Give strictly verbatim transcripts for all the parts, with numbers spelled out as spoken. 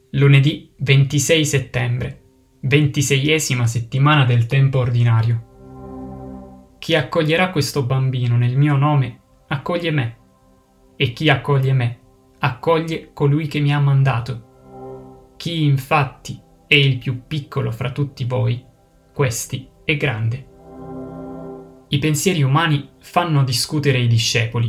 Lunedì ventisei settembre, ventiseiesima settimana del tempo ordinario. Chi accoglierà questo bambino nel mio nome, accoglie me, e chi accoglie me, accoglie colui che mi ha mandato. Chi infatti è il più piccolo fra tutti voi, questi è grande. I pensieri umani fanno discutere i discepoli.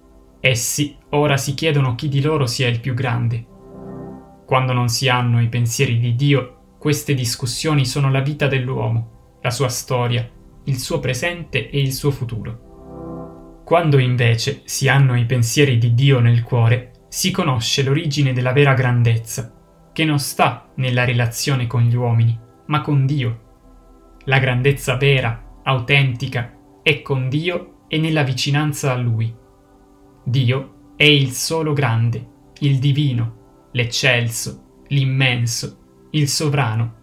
Essi ora si chiedono chi di loro sia il più grande. Quando non si hanno i pensieri di Dio, queste discussioni sono la vita dell'uomo, la sua storia, il suo presente e il suo futuro. Quando invece si hanno i pensieri di Dio nel cuore, si conosce l'origine della vera grandezza, che non sta nella relazione con gli uomini, ma con Dio. La grandezza vera, autentica, è con Dio e nella vicinanza a Lui. Dio è il solo grande, il divino, l'eccelso, l'immenso, il sovrano,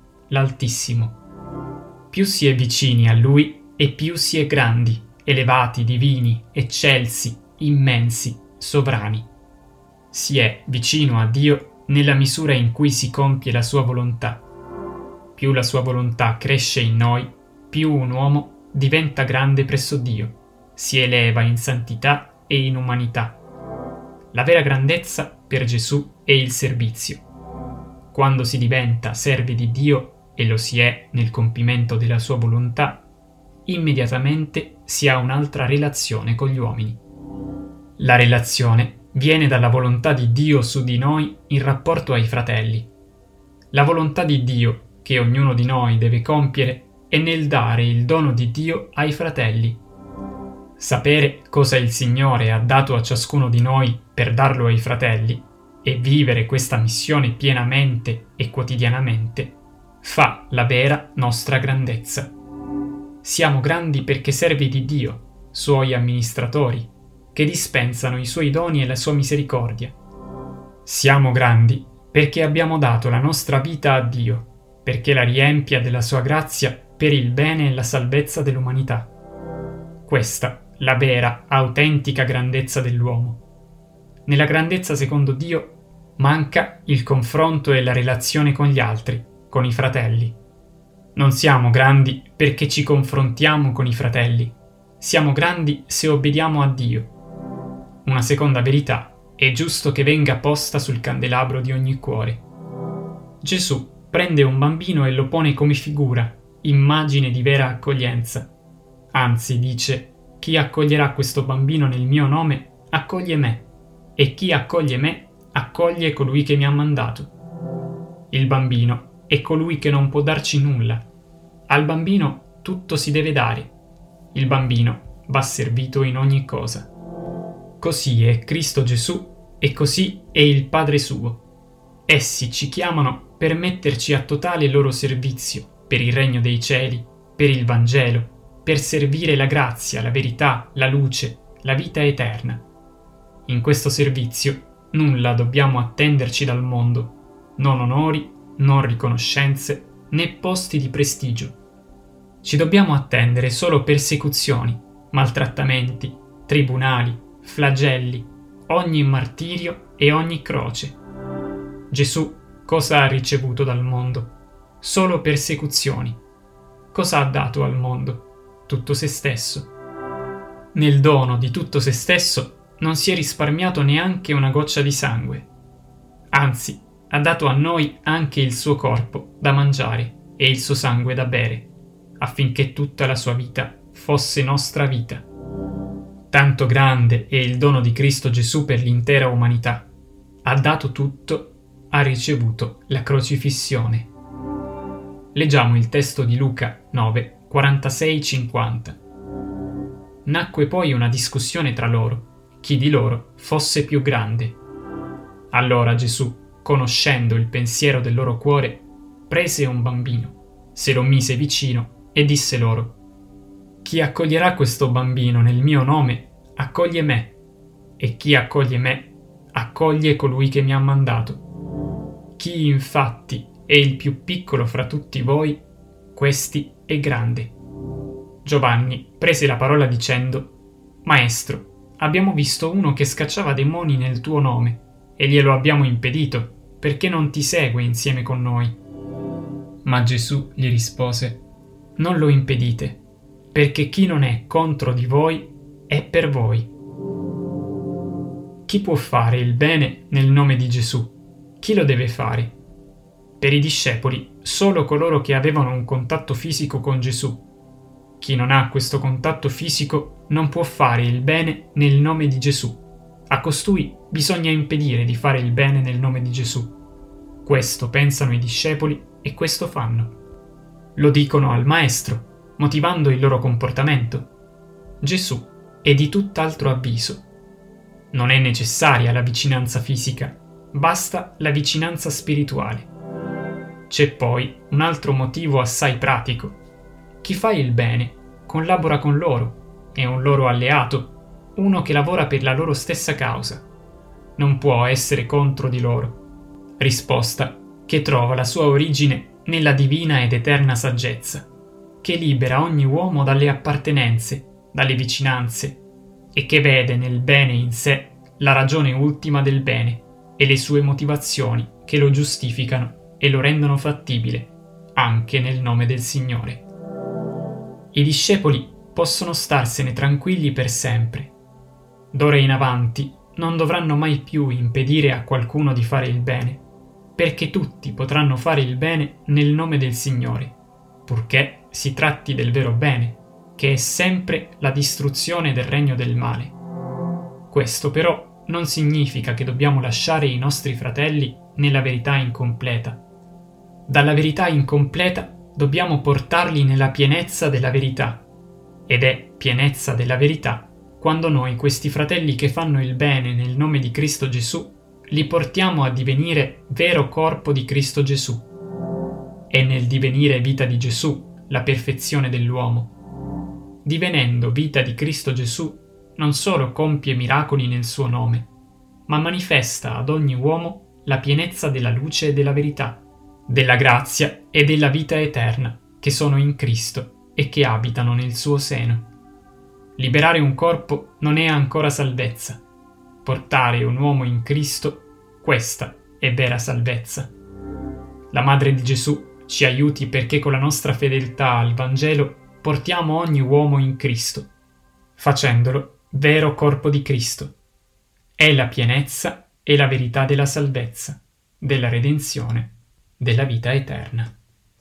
l'altissimo. Più si è vicini a Lui e più si è grandi, elevati, divini, eccelsi, immensi, sovrani. Si è vicino a Dio nella misura in cui si compie la sua volontà. Più la sua volontà cresce in noi, più un uomo diventa grande presso Dio, si eleva in santità e in umanità. La vera grandezza per Gesù è il servizio. Quando si diventa servi di Dio, e lo si è nel compimento della sua volontà, immediatamente si ha un'altra relazione con gli uomini. La relazione viene dalla volontà di Dio su di noi in rapporto ai fratelli. La volontà di Dio che ognuno di noi deve compiere è nel dare il dono di Dio ai fratelli. Sapere cosa il Signore ha dato a ciascuno di noi per darlo ai fratelli e vivere questa missione pienamente e quotidianamente fa la vera nostra grandezza. Siamo grandi perché servi di Dio, Suoi amministratori, che dispensano i Suoi doni e la Sua misericordia. Siamo grandi perché abbiamo dato la nostra vita a Dio, perché la riempia della Sua grazia per il bene e la salvezza dell'umanità. Questa la vera, autentica grandezza dell'uomo. Nella grandezza secondo Dio manca il confronto e la relazione con gli altri, con i fratelli. Non siamo grandi perché ci confrontiamo con i fratelli, siamo grandi se obbediamo a Dio. Una seconda verità è giusto che venga posta sul candelabro di ogni cuore. Gesù prende un bambino e lo pone come figura, immagine di vera accoglienza. Anzi, dice: chi accoglierà questo bambino nel mio nome, accoglie me, e chi accoglie me, accoglie colui che mi ha mandato. Il bambino è colui che non può darci nulla. Al bambino tutto si deve dare. Il bambino va servito in ogni cosa. Così è Cristo Gesù e così è il Padre suo. Essi ci chiamano per metterci a totale loro servizio, per il regno dei cieli, per il Vangelo, per servire la grazia, la verità, la luce, la vita eterna. In questo servizio nulla dobbiamo attenderci dal mondo, non onori, non riconoscenze, né posti di prestigio. Ci dobbiamo attendere solo persecuzioni, maltrattamenti, tribunali, flagelli, ogni martirio e ogni croce. Gesù cosa ha ricevuto dal mondo? Solo persecuzioni. Cosa ha dato al mondo? Tutto se stesso. Nel dono di tutto se stesso non si è risparmiato neanche una goccia di sangue. Anzi, ha dato a noi anche il suo corpo da mangiare e il suo sangue da bere, affinché tutta la sua vita fosse nostra vita. Tanto grande è il dono di Cristo Gesù per l'intera umanità. Ha dato tutto, ha ricevuto la crocifissione. Leggiamo il testo di Luca nove, quarantasei cinquanta. Nacque poi una discussione tra loro, chi di loro fosse più grande. Allora Gesù, conoscendo il pensiero del loro cuore, prese un bambino, se lo mise vicino e disse loro: chi accoglierà questo bambino nel mio nome, accoglie me, e chi accoglie me, accoglie colui che mi ha mandato. Chi infatti è il più piccolo fra tutti voi, questi è grande. Giovanni prese la parola dicendo: Maestro, abbiamo visto uno che scacciava demoni nel tuo nome, e glielo abbiamo impedito, perché non ti segue insieme con noi. Ma Gesù gli rispose: non lo impedite, perché chi non è contro di voi è per voi. Chi può fare il bene nel nome di Gesù? Chi lo deve fare? Per i discepoli, solo coloro che avevano un contatto fisico con Gesù. Chi non ha questo contatto fisico non può fare il bene nel nome di Gesù. A costui bisogna impedire di fare il bene nel nome di Gesù. Questo pensano i discepoli e questo fanno. Lo dicono al Maestro, motivando il loro comportamento. Gesù è di tutt'altro avviso. Non è necessaria la vicinanza fisica, basta la vicinanza spirituale. C'è poi un altro motivo assai pratico. Chi fa il bene collabora con loro, è un loro alleato, uno che lavora per la loro stessa causa. Non può essere contro di loro. Risposta che trova la sua origine nella divina ed eterna saggezza, che libera ogni uomo dalle appartenenze, dalle vicinanze, e che vede nel bene in sé la ragione ultima del bene e le sue motivazioni che lo giustificano e lo rendono fattibile, anche nel nome del Signore. I discepoli possono starsene tranquilli per sempre. D'ora in avanti non dovranno mai più impedire a qualcuno di fare il bene, perché tutti potranno fare il bene nel nome del Signore, purché si tratti del vero bene, che è sempre la distruzione del regno del male. Questo però non significa che dobbiamo lasciare i nostri fratelli nella verità incompleta. Dalla verità incompleta dobbiamo portarli nella pienezza della verità, ed è pienezza della verità quando noi questi fratelli che fanno il bene nel nome di Cristo Gesù li portiamo a divenire vero corpo di Cristo Gesù. È nel divenire vita di Gesù la perfezione dell'uomo. Divenendo vita di Cristo Gesù, non solo compie miracoli nel suo nome, ma manifesta ad ogni uomo la pienezza della luce e della verità, della grazia e della vita eterna, che sono in Cristo e che abitano nel suo seno. Liberare un corpo non è ancora salvezza. Portare un uomo in Cristo, questa è vera salvezza. La Madre di Gesù ci aiuti perché con la nostra fedeltà al Vangelo portiamo ogni uomo in Cristo, facendolo vero corpo di Cristo. È la pienezza e la verità della salvezza, della redenzione, della vita eterna.